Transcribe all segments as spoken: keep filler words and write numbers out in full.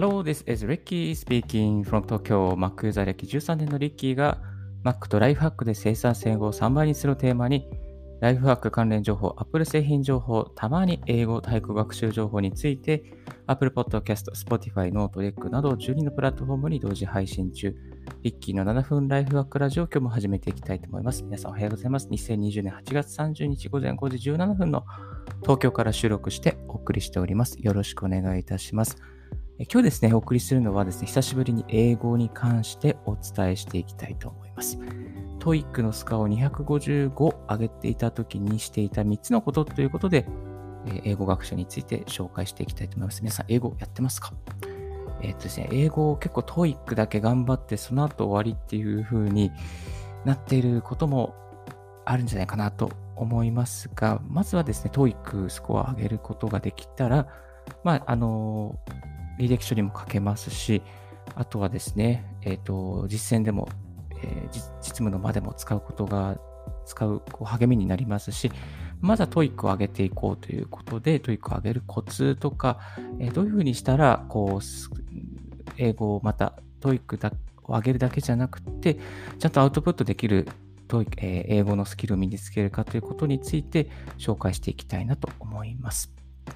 Hello, this is Ricky speaking from Tokyo. Mac ユーザー歴じゅうさんねんのリッキーが Mac とライフハックで生産性をさんばいにするをテーマにライフハック関連情報、Apple 製品情報、たまに英語、体育学習情報について Apple Podcast、Spotify、Note、デック などじゅうにのプラットフォームに同時配信中。リッキーのななふんライフハックラジオを今日も始めていきたいと思います。皆さんおはようございます。にせんにじゅうねんはちがつさんじゅうにち午前ごじじゅうななふんの東京から収録してお送りしております。よろしくお願いいたします。今日ですね、お送りするのはですね、久しぶりに英語に関してお伝えしていきたいと思います。トイック のスコアをにひゃくごじゅうご上げていた時にしていたみっつのことということで、英語学習について紹介していきたいと思います。皆さん、英語やってますか？えっとですね、英語を結構トイックだけ頑張ってその後終わりっていう風になっていることもあるんじゃないかなと思いますが、まずはですね、トイック スコアを上げることができたら、まあ、あの、履歴書にも書けますし、あとはですね、えっと、実践でも、えー、実務の場でも使うことが、使うこう励みになりますし、まずはトイックを上げていこうということで、トイックを上げるコツとか、えー、どういうふうにしたら、こう、英語をまたトイックを上げるだけじゃなくて、ちゃんとアウトプットできるトイック、えー、英語のスキルを身につけるかということについて紹介していきたいなと思います。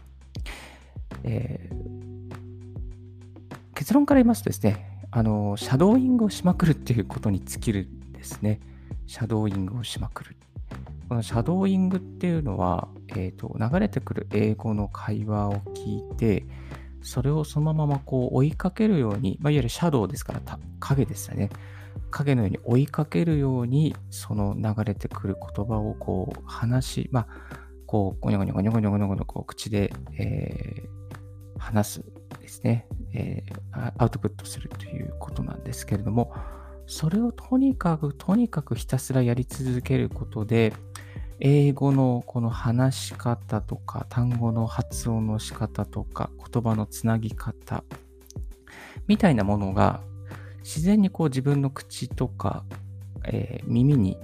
えー結論から言いますとですね、あの、シャドーイングをしまくるっていうことに尽きるんですね。シャドーイングをしまくる。このシャドーイングっていうのは、えっと、流れてくる英語の会話を聞いて、それをそのままこう追いかけるように、まあ、いわゆるシャドウですから、影ですよね。影のように追いかけるように、その流れてくる言葉をこう話し、まあ、こう、ゴニョゴニョゴニョゴニョゴニョゴニョこう口で、えー、話すですね。えー、アウトプットするということなんですけれども、それをとにかくとにかくひたすらやり続けることで、英語のこの話し方とか、単語の発音の仕方とか、言葉のつなぎ方みたいなものが自然にこう自分の口とか、えー、耳に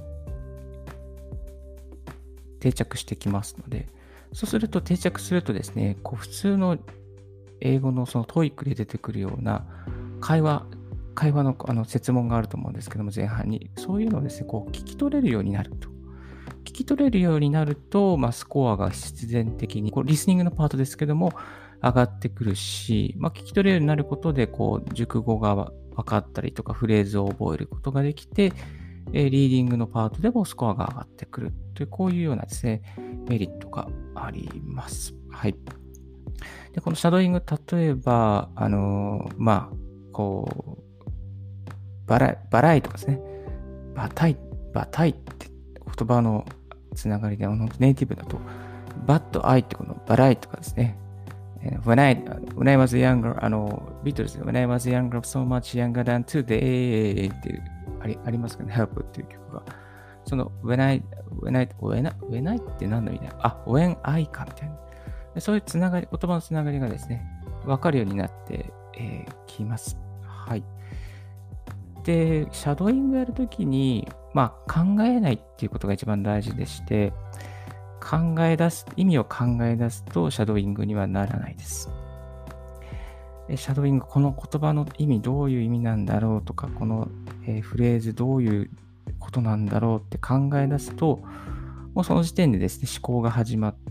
定着してきますので、そうすると定着するとですね、こう普通の英語のそのトイックで出てくるような会話、会話のあの設問があると思うんですけども、前半に。そういうのをですね、こう聞き取れるようになると。聞き取れるようになると、まあ、スコアが必然的に、こうリスニングのパートですけども、上がってくるし、まあ、聞き取れるようになることで、こう、熟語が分かったりとか、フレーズを覚えることができて、えー、リーディングのパートでもスコアが上がってくるという、こういうようなですね、メリットがあります。はい。で、このシャドーイング、例えば、あのー、まあ、こう、バライ、バライとかですね、バタイ、バタイって言葉のつながりで、ネイティブだと、バッドアイってこのバライとかですね、when I, when I was younger, あの、ビートルズで when I was younger, so much younger than today っていうあり、ありますかね、help っていう曲が。その、when I, when I, when I, when I って何の意味だよ。あ、when I かみたいな。そういうつながり、言葉のつながりがですね、分かるようになってき、えー、ます。はい。で、シャドーイングやるときに、まあ、考えないっていうことが一番大事でして、考え出す、意味を考え出すと、シャドーイングにはならないです。シャドーイング、この言葉の意味、どういう意味なんだろうとか、この、えー、フレーズ、どういうことなんだろうって考え出すと、もうその時点でですね、思考が始まって、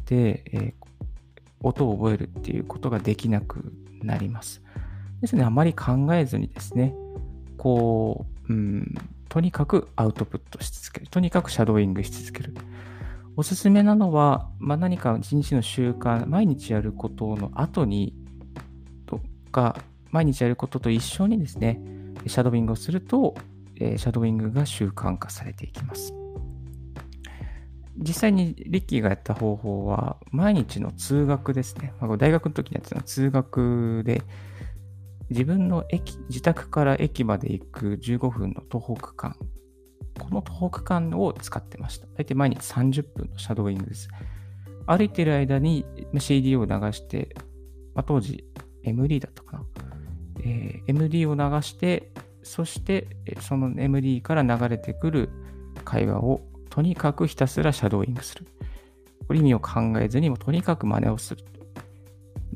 えー音を覚えるっていうことができなくなります。ですので、あまり考えずにですね、こう、うん、とにかくアウトプットし続ける。とにかくシャドーイングし続ける。おすすめなのは、まあ、何か一日の習慣、毎日やることの後に、とか、毎日やることと一緒にですね、シャドーイングをすると、えー、シャドーイングが習慣化されていきます。実際にリッキーがやった方法は、毎日の通学ですね。大学の時にやってたのは通学で、自分の駅、自宅から駅まで行くじゅうごふんの徒歩区間、この徒歩区間を使ってました。大体毎日さんじゅっぷんのシャドーイングです。歩いている間に シーディー を流して、まあ、当時 エムディー だったかな、えー。エムディー を流して、そしてその エムディー から流れてくる会話をとにかくひたすらシャドーイングする。これ意味を考えずにもとにかく真似をする。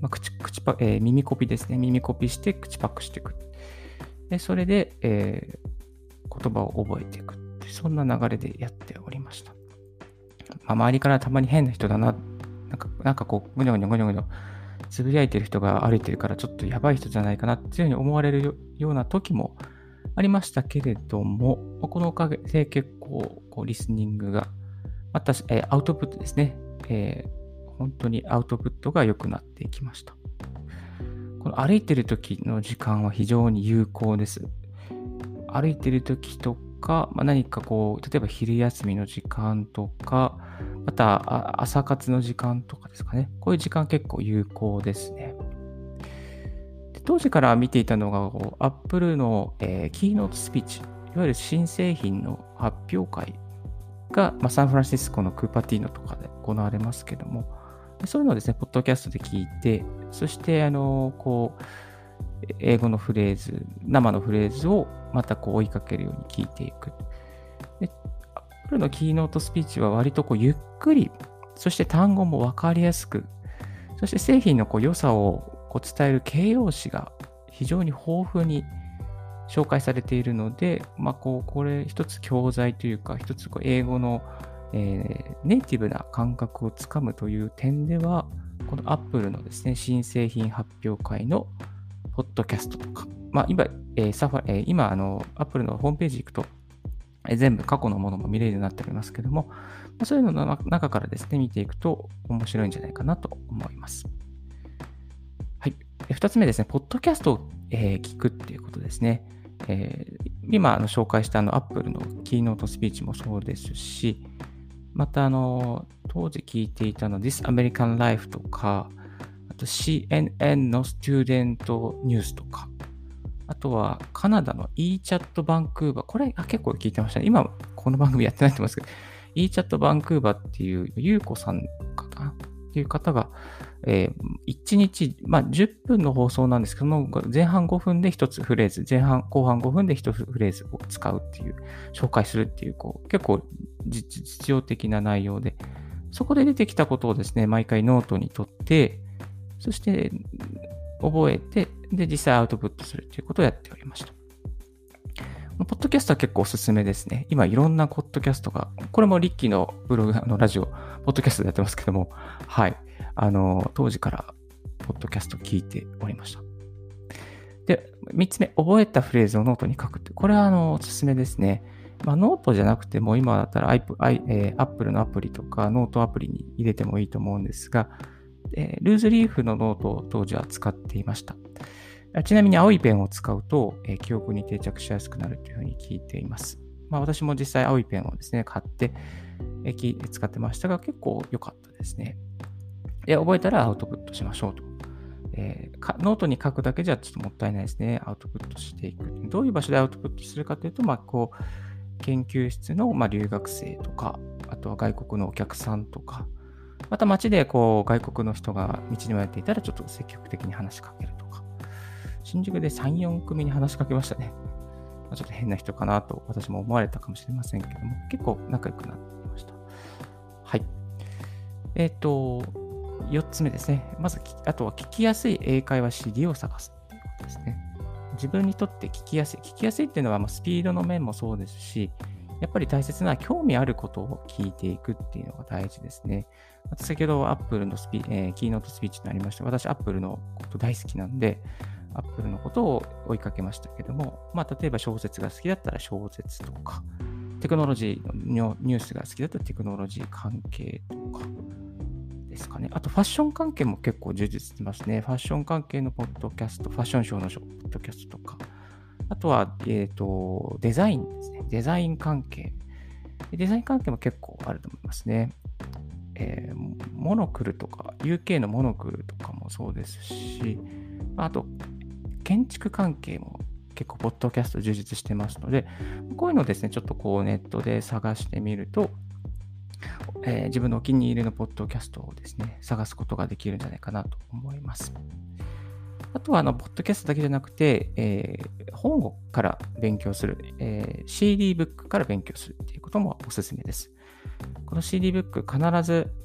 まあ、口口パ、えー耳コピですね。耳コピして口パクしていく。で、それで、えー言葉を覚えていくって、そんな流れでやっておりました。まあ、周りからたまに変な人だな、なんか、なんかこう、ぐにょぐにょぐにょぐにょ、つぶやいてる人が歩いてるからちょっとやばい人じゃないかなっていうふうに思われるような時もありましたけれども、このおかげで結構こうリスニングが、また、えーアウトプットですね、えー本当にアウトプットが良くなっていきました。この歩いてる時の時間は非常に有効です。歩いてる時とか、まあ、何かこう、例えば昼休みの時間とか、またあ朝活の時間とかですかね。こういう時間結構有効ですね。で当時から見ていたのが、こう Apple の、えーキーノートスピーチ、いわゆる新製品の発表会が、まあ、サンフランシスコのクーパティーノとかで行われますけども、そういうのをですね、ポッドキャストで聞いて、そして、あの、こう、英語のフレーズ、生のフレーズをまたこう追いかけるように聞いていく。で、Apple のキーノートスピーチは割とこうゆっくり、そして単語もわかりやすく、そして製品のこう良さをこう伝える形容詞が非常に豊富に紹介されているので、まあ、こう、これ一つ教材というか、一つこう英語の、えーネイティブな感覚をつかむという点では、この Apple のですね、新製品発表会のポッドキャストとか、まあ、今、えーサファえー今あの、Apple のホームページ行くと、えー全部過去のものも見れるようになっておりますけども、まあそういうのの中からですね、見ていくと面白いんじゃないかなと思います。はい。で二つ目ですね、ポッドキャストを、えー聞くっていうことですね。えー今あの紹介したあの Apple のキーノートスピーチもそうですし、またあの当時聞いていたの This American Life とか、あと シーエヌエヌ のスチューデントニュースとか、あとはカナダの eChat バンクーバー、これあ結構聞いてましたね。今この番組やってないと思いますけど、eChat バンクーバーっていうゆうこさんかなっていう方が、えー、いちにち、まあ、じゅっぷんの放送なんですけども、前半ごふんでひとつフレーズ、前半、後半ごふんでひとつフレーズを使うっていう、紹介するっていう、こう、結構実用的な内容で、そこで出てきたことをですね、毎回ノートに取って、そして覚えて、で、実際アウトプットするということをやっておりました。ポッドキャストは結構おすすめですね。今いろんなポッドキャストが、これもリッキーのブログのラジオ、ポッドキャストでやってますけども、はい。あの、当時からポッドキャストを聞いておりました。で、みっつめ、覚えたフレーズをノートに書くって、これはあの、おすすめですね。まあ、ノートじゃなくても、今だったら Apple のアプリとか、ノートアプリに入れてもいいと思うんですが、えー、ルーズリーフのノートを当時は使っていました。ちなみに青いペンを使うと、えー、記憶に定着しやすくなるというふうに聞いています。まあ、私も実際青いペンをですね、買って、えー、使ってましたが、結構良かったですね。で、覚えたらアウトプットしましょうと。えー、ノートに書くだけじゃちょっともったいないですね。アウトプットしていく。どういう場所でアウトプットするかというと、まあ、こう、研究室の、まあ、留学生とか、あとは外国のお客さんとか、また街でこう外国の人が道に迷っていたらちょっと積極的に話しかけるとか。新宿でさん、よん組に話しかけましたね。ちょっと変な人かなと私も思われたかもしれませんけども、結構仲良くなっていました。はい。えっと、よっつめですね。まず、あとは聞きやすい英会話 シーディー を探すということですね。自分にとって聞きやすい。聞きやすいっていうのは、まあ、スピードの面もそうですし、やっぱり大切な興味あることを聞いていくっていうのが大事ですね。また先ほど Apple のスピ、えー、キーノートスピーチになりました。私 Apple のこと大好きなんで、Apple のことを追いかけましたけども、まあ、例えば小説が好きだったら小説とか、テクノロジーのニュースが好きだったらテクノロジー関係とかですかね。あとファッション関係も結構充実してますね。ファッション関係のポッドキャスト、ファッションショーのポッドキャストとか、あとは、えっと、デザインですね。デザイン関係。デザイン関係も結構あると思いますね。えー、モノクルとか、ユーケー のモノクルとかもそうですし、あと、建築関係も結構ポッドキャスト充実してますので、こういうのをですね、ちょっとこうネットで探してみると、えー、自分のお気に入りのポッドキャストをですね、探すことができるんじゃないかなと思います。あとは、あの、ポッドキャストだけじゃなくて、えー、本から勉強する、えー、シーディー ブックから勉強するっていうこともおすすめです。この シーディー ブック必ず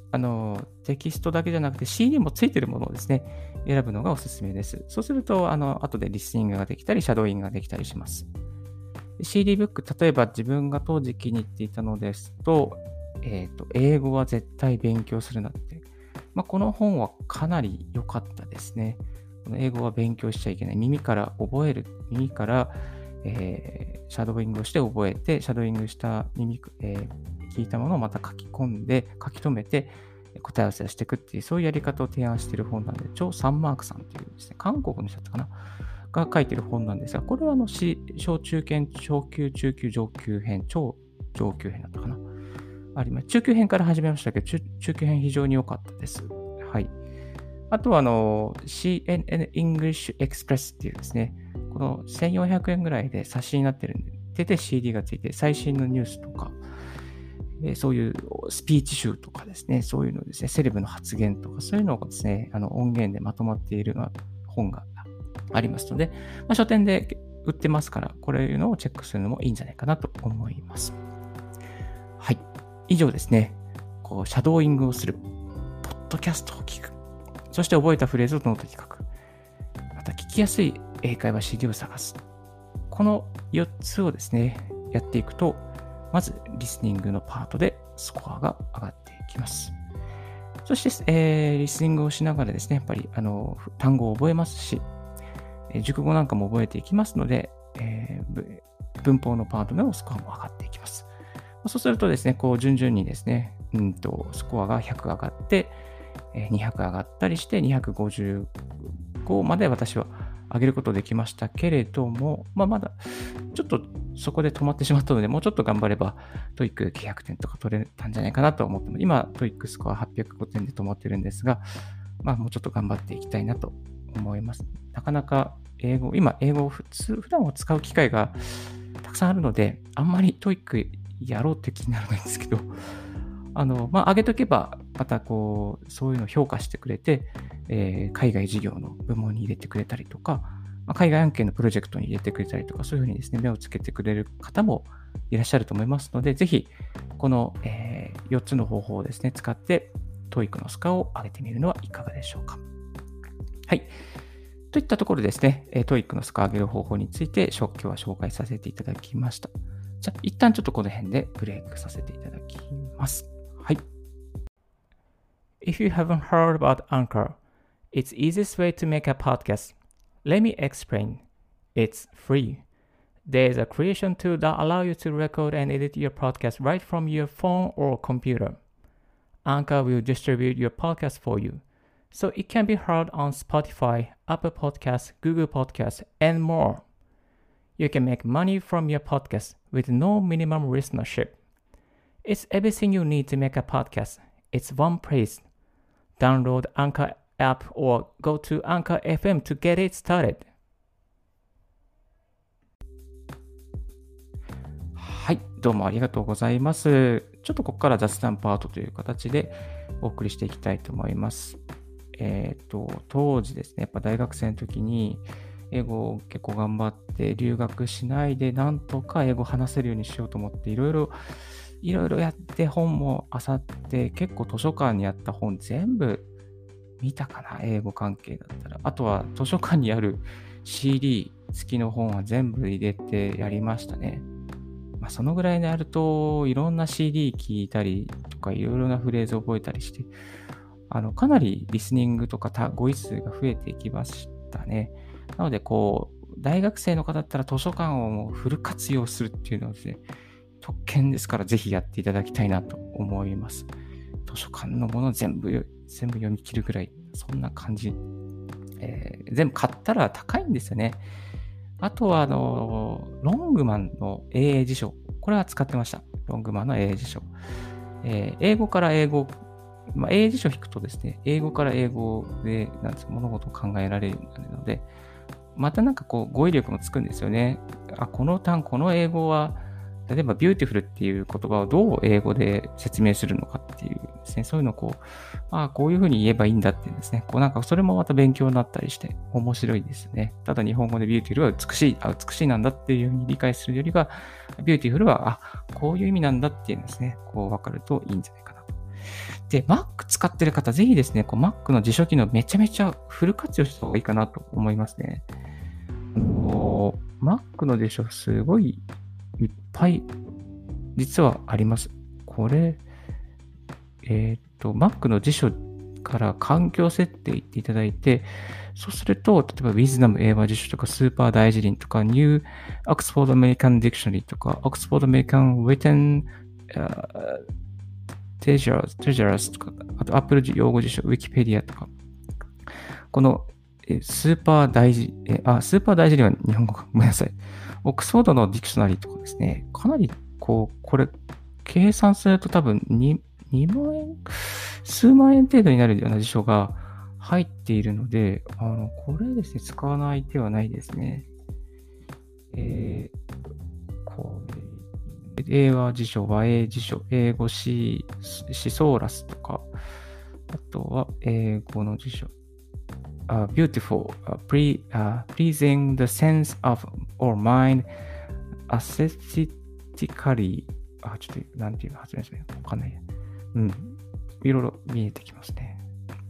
あの、テキストだけじゃなくて シーディー もついてるものをですね、選ぶのがおすすめです。そうすると、あの、後でリスニングができたり、シャドーイングができたりします。シーディー ブック、例えば自分が当時気に入っていたのですと、えっと、英語は絶対勉強するなって。まあ、この本はかなり良かったですね。この英語は勉強しちゃいけない。耳から覚える。耳から、えー、シャドーイングをして覚えて、シャドーイングした耳、えー、聞いたものをまた書き込んで、書き留めて、答え合わせをしていくっていう、そういうやり方を提案している本なので、チョ・サンマークさんというですね、韓国の人だったかなが書いている本なんですが、これはあの小中堅、小級、中級、上級編、超上級編だったかなあります。中級編から始めましたけど、中, 中級編非常に良かったです。はい。あとはあの シーエヌエヌ English Express っていうですね、このせんよんひゃくえんぐらいで冊子になってるんで、出て シーディー がついて、最新のニュースとか、そういうスピーチ集とかですね、そういうのですね、セレブの発言とか、そういうのがですね、あの音源でまとまっている本がありますので、まあ、書店で売ってますから、これいうのをチェックするのもいいんじゃないかなと思います。はい。以上ですね、こうシャドーイングをする、ポッドキャストを聞く、そして覚えたフレーズをノートに書く、また聞きやすい英会話 シーディー を探す。このよっつをですね、やっていくと、まずリスニングのパートでスコアが上がっていきます。そして、えー、リスニングをしながらですね、やっぱりあの単語を覚えますし、熟語なんかも覚えていきますので、えー、文法のパートのスコアも上がっていきます。そうするとですね、こう順々にですね、うんとスコアがひゃく上がって、にひゃく上がったりしてにひゃくごじゅうごまで私は上げることできましたけれども、まあ、まだちょっとそこで止まってしまったので、もうちょっと頑張れば トーイックきゅうひゃくてんとか取れたんじゃないかなと思ってます。今 トーイック スコアはっぴゃくごてんで止まってるんですが、まあ、もうちょっと頑張っていきたいなと思います。なかなか英語、今英語を普通、普段は使う機会がたくさんあるので、あんまり トーイック やろうって気にならないんですけど、あの、まあ、上げとけば、またこう、そういうのを評価してくれて、えー、海外事業の部門に入れてくれたりとか、まあ、海外案件のプロジェクトに入れてくれたりとか、そういうふうにですね、目をつけてくれる方もいらっしゃると思いますので、ぜひ、この、えー、よっつの方法をですね、使って、トーイック のスコアを上げてみるのはいかがでしょうか。はい。といったところですね、トーイック のスコアを上げる方法について、今日は紹介させていただきました。じゃあ、一旦ちょっとこの辺でブレイクさせていただきます。はい。If you haven't heard about Anchor, it's the easiest way to make a podcast. Let me explain. It's free. There is a creation tool that allows you to record and edit your podcast right from your phone or computer. Anchor will distribute your podcast for you, so it can be heard on Spotify, Apple Podcasts, Google Podcasts, and more. You can make money from your podcast with no minimum listenership. It's everything you need to make a podcast. It's one place. Download Anchor app or go to Anchor エフエム to get it started. はい、どうもありがとうございます。ちょっとここから雑談パートという形でお送りしていきたいと思います。えっと、当時ですね、やっぱ大学生の時に英語を結構頑張って留学しないでなんとか英語を話せるようにしようと思っていろいろいろいろやって本も漁って結構図書館にあった本全部見たかな、英語関係だったら。あとは図書館にある シーディー 付きの本は全部入れてやりましたね。まあ、そのぐらいになるといろんな シーディー 聞いたりとかいろいろなフレーズを覚えたりして、あのかなりリスニングとか語彙数が増えていきましたね。なのでこう大学生の方だったら図書館をもうフル活用するっていうのはですね、特権ですからぜひやっていただきたいなと思います。図書館のもの全部全部読み切るぐらい、そんな感じ。えー、全部買ったら高いんですよね。あとはあのロングマンの英英辞書、これは使ってました。ロングマンの英英辞書。えー、英語から英語、まあ、英英辞書を引くとですね、英語から英語でなんですか物事を考えられるようになるので、またなんかこう語彙力もつくんですよね。あ、この単この英語は例えば beautiful っていう言葉をどう英語で説明するのかっていうですね、そういうのをこう、ああ、こういうふうに言えばいいんだっていうんですね。こうなんかそれもまた勉強になったりして面白いですね。ただ日本語で beautiful は美しい、あ、美しいなんだっていうふうに理解するよりは、beautiful は、あ、こういう意味なんだっていうんですね、こう分かるといいんじゃないかなとで、Mac 使ってる方、ぜひですね、こう Mac の辞書機能めちゃめちゃフル活用した方がいいかなと思いますね。あの、Mac の辞書すごいいっぱい実はあります。これ、えっと、Mac の辞書から環境設定言っていただいて、そうすると、例えば Wisdom 英和辞書とかスーパー大辞林とか New Oxford American Dictionary とか Oxford American Written、uh, Treasures, Treasures とか、あと Apple 用語辞書、Wikipedia とか、このえスーパー大辞、えあ、スーパー大辞林は日本語か。ごめんなさい。オックスフォードのディクショナリーとかですね、かなりこう、これ、計算すると多分 2, 2万円、数万円程度になるような辞書が入っているので、あの、これですね、使わない手はないですね。えー、こう、英和辞書、和英辞書、英語シシソーラスとか、あとは英語の辞書。Uh, beautiful, uh, pre, uh, pleasing the sense of or mind, aesthetically あ、ちょっと、なんていうの発明ですね。わかんないや。うん。いろいろ見えてきますね。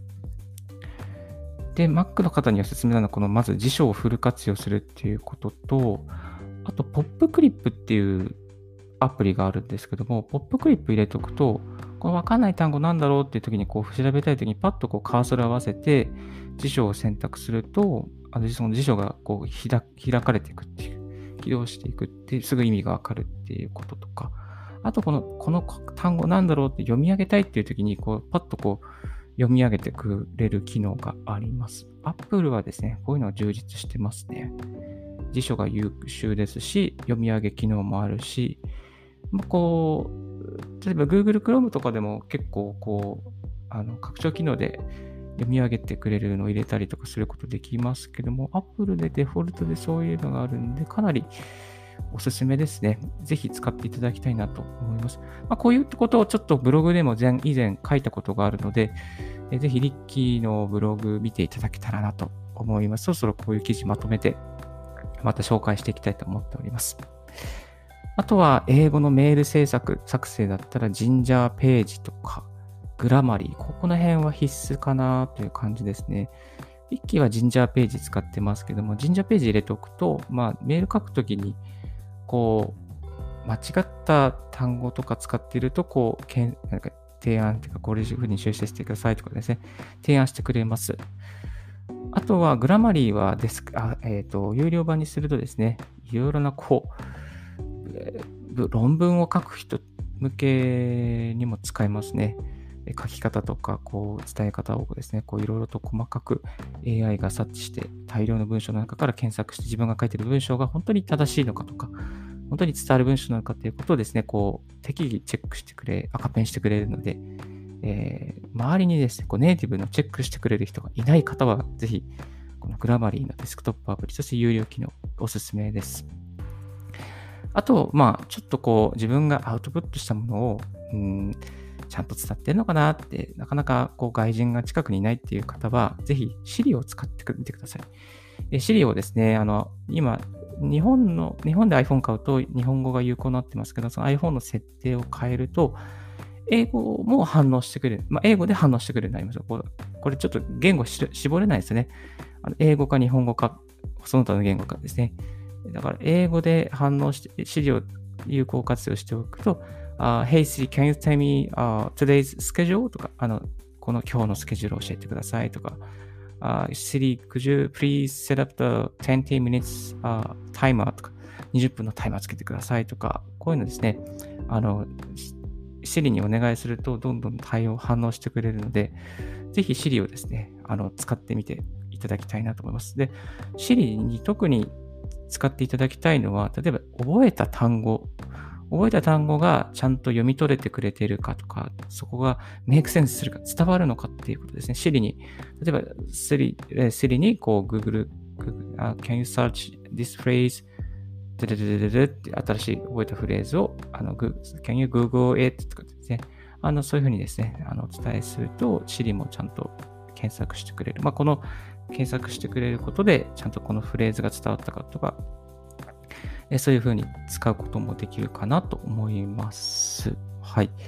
で、Mac の方におすすめなのは、このまず辞書をフル活用するっていうことと、あと、ポップクリップっていうアプリがあるんですけども、ポップクリップ入れておくと、これ分かんない単語なんだろうっていう時にこう調べたい時にパッとこうカーソル合わせて辞書を選択すると、あのその辞書がこう開かれていくっていう、起動していくっていう、すぐ意味がわかるっていうこととか、あとこの、この単語なんだろうって読み上げたいっていう時にこうパッとこう読み上げてくれる機能があります。Apple はですね、こういうのが充実してますね。辞書が優秀ですし、読み上げ機能もあるし、まあ、こう、例えば Google Chrome とかでも結構こう、あの拡張機能で読み上げてくれるのを入れたりとかすることできますけども、Apple でデフォルトでそういうのがあるんで、かなりおすすめですね。ぜひ使っていただきたいなと思います。まあ、こういうことをちょっとブログでも前以前書いたことがあるので、えぜひリッキーのブログ見ていただけたらなと思います。そろそろこういう記事まとめて、また紹介していきたいと思っております。あとは、英語のメール制作、作成だったら、ジンジャーページとか、グラマリー、ここの辺は必須かなという感じですね。リッキーはジンジャーページ使ってますけども、ジンジャーページ入れておくと、まあ、メール書くときに、こう、間違った単語とか使っていると、こう、けんなんか提案というか、こういうふうに修正してくださいとかですね、提案してくれます。あとは、グラマリーはデスク、あえっと、有料版にするとですね、いろいろな、こう、論文を書く人向けにも使えますね。書き方とか、こう、伝え方をですね、こう、いろいろと細かく エーアイ が察知して、大量の文章の中から検索して、自分が書いている文章が本当に正しいのかとか、本当に伝わる文章なのかということをですね、こう、適宜チェックしてくれ、赤ペンしてくれるので、えー、周りにですね、こうネイティブのチェックしてくれる人がいない方は、ぜひ、このグラマリーのデスクトップアプリ、そして有料機能、おすすめです。あと、まあ、ちょっとこう、自分がアウトプットしたものを、うん、ちゃんと伝ってるのかなって、なかなかこう外人が近くにいないっていう方は、ぜひ Siri を使ってみてください。Siri をですね、あの、今、日本の、日本で iPhone 買うと日本語が有効になってますけど、その iPhone の設定を変えると、英語も反応してくれる。まあ、英語で反応してくれるようになります。これ、これちょっと言語し絞れないですよね。あの英語か日本語か、その他の言語かですね。だから、英語で反応して、資料を有効活用しておくと、uh, Hey Siri, can you tell me、uh, today's schedule? とか、あの、この今日のスケジュールを教えてくださいとか、uh, Siri, could you please set up the twenty minutes、uh, timer? とか、にじゅっぷんのタイマーつけてくださいとか、こういうのですね、あの、Siri にお願いすると、どんどん対応、反応してくれるので、ぜひ Siri をですね、あの、使ってみていただきたいなと思います。で、Siri に特に使っていただきたいのは、例えば覚えた単語、覚えた単語がちゃんと読み取れてくれているかとか、そこがメイクセンスするか、伝わるのかっていうことですね。Siri に、例えば Siri, Siri にこう Google, Google、uh, Can you search this phrase? でででででって新しい覚えたフレーズを、あの、Can you Google it? とかですね。あの、そういうふうにですね、あの、お伝えすると、Siri もちゃんと検索してくれる。まあ、この検索してくれることで、ちゃんとこのフレーズが伝わったかとか、そういうふうに使うこともできるかなと思います。はい。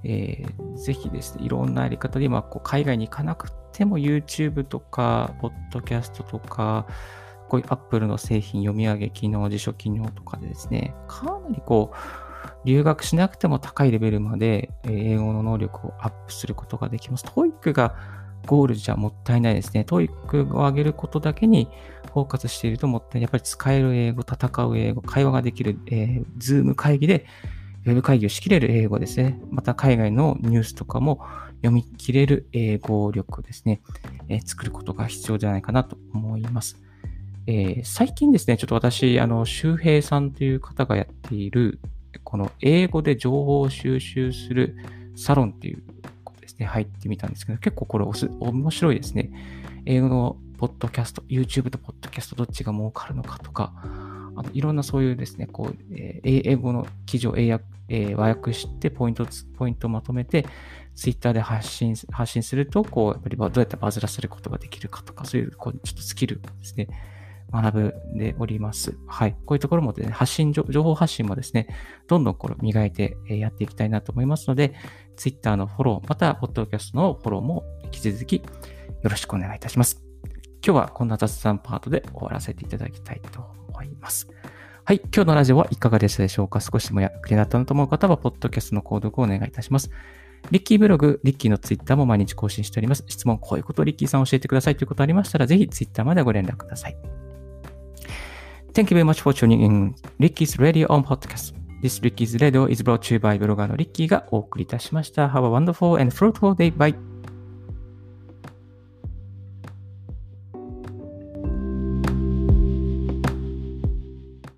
えー、ぜひですね、いろんなやり方で、今、こう海外に行かなくても YouTube とか、Podcast とか、こういう Apple の製品読み上げ機能、辞書機能とかでですね、かなりこう、留学しなくても高いレベルまで英語の能力をアップすることができます。トーイック がゴールじゃもったいないですね。トーイック を上げることだけにフォーカスしているともったいない。やっぱり使える英語、戦う英語、会話ができる、えー、Zoom 会議でウェブ会議を仕切れる英語ですね。また海外のニュースとかも読み切れる英語力ですね、えー、作ることが必要じゃないかなと思います。えー、最近ですね、ちょっと私、あの、周平さんという方がやっている、この英語で情報を収集するサロンっていうことですね、入ってみたんですけど、結構これおす面白いですね。英語のポッドキャスト、YouTube とポッドキャストどっちが儲かるのかとか、あのいろんなそういうですね、こう、えー、英語の記事を英訳、えー、和訳してポイント、ポイントをまとめて、Twitter で発信、発信すると、こう、やっぱりどうやってバズらせることができるかとか、そういう、こう、ちょっとスキルですね、学んでおります。はい。こういうところもですね、発信、情報発信もですね、どんどんこれ磨いてやっていきたいなと思いますので、Twitter のフォロー、また、ポッドキャストのフォローも引き続きよろしくお願いいたします。今日はこんな雑談パートで終わらせていただきたいと思います。はい。今日のラジオはいかがでしたでしょうか？少しでも役に立ったなと思う方は、ポッドキャストの購読をお願いいたします。リッキーブログ、リッキーのツイッターも毎日更新しております。質問、こういうことをリッキーさん教えてくださいということありましたら、ぜひツイッターまでご連絡ください。Thank you very much for tuning in Ricky's Radio on Podcast. This Ricky's Radio is brought to you by ブロガーのリッキーがお送りいたしました。Have a wonderful and fruitful day. Bye.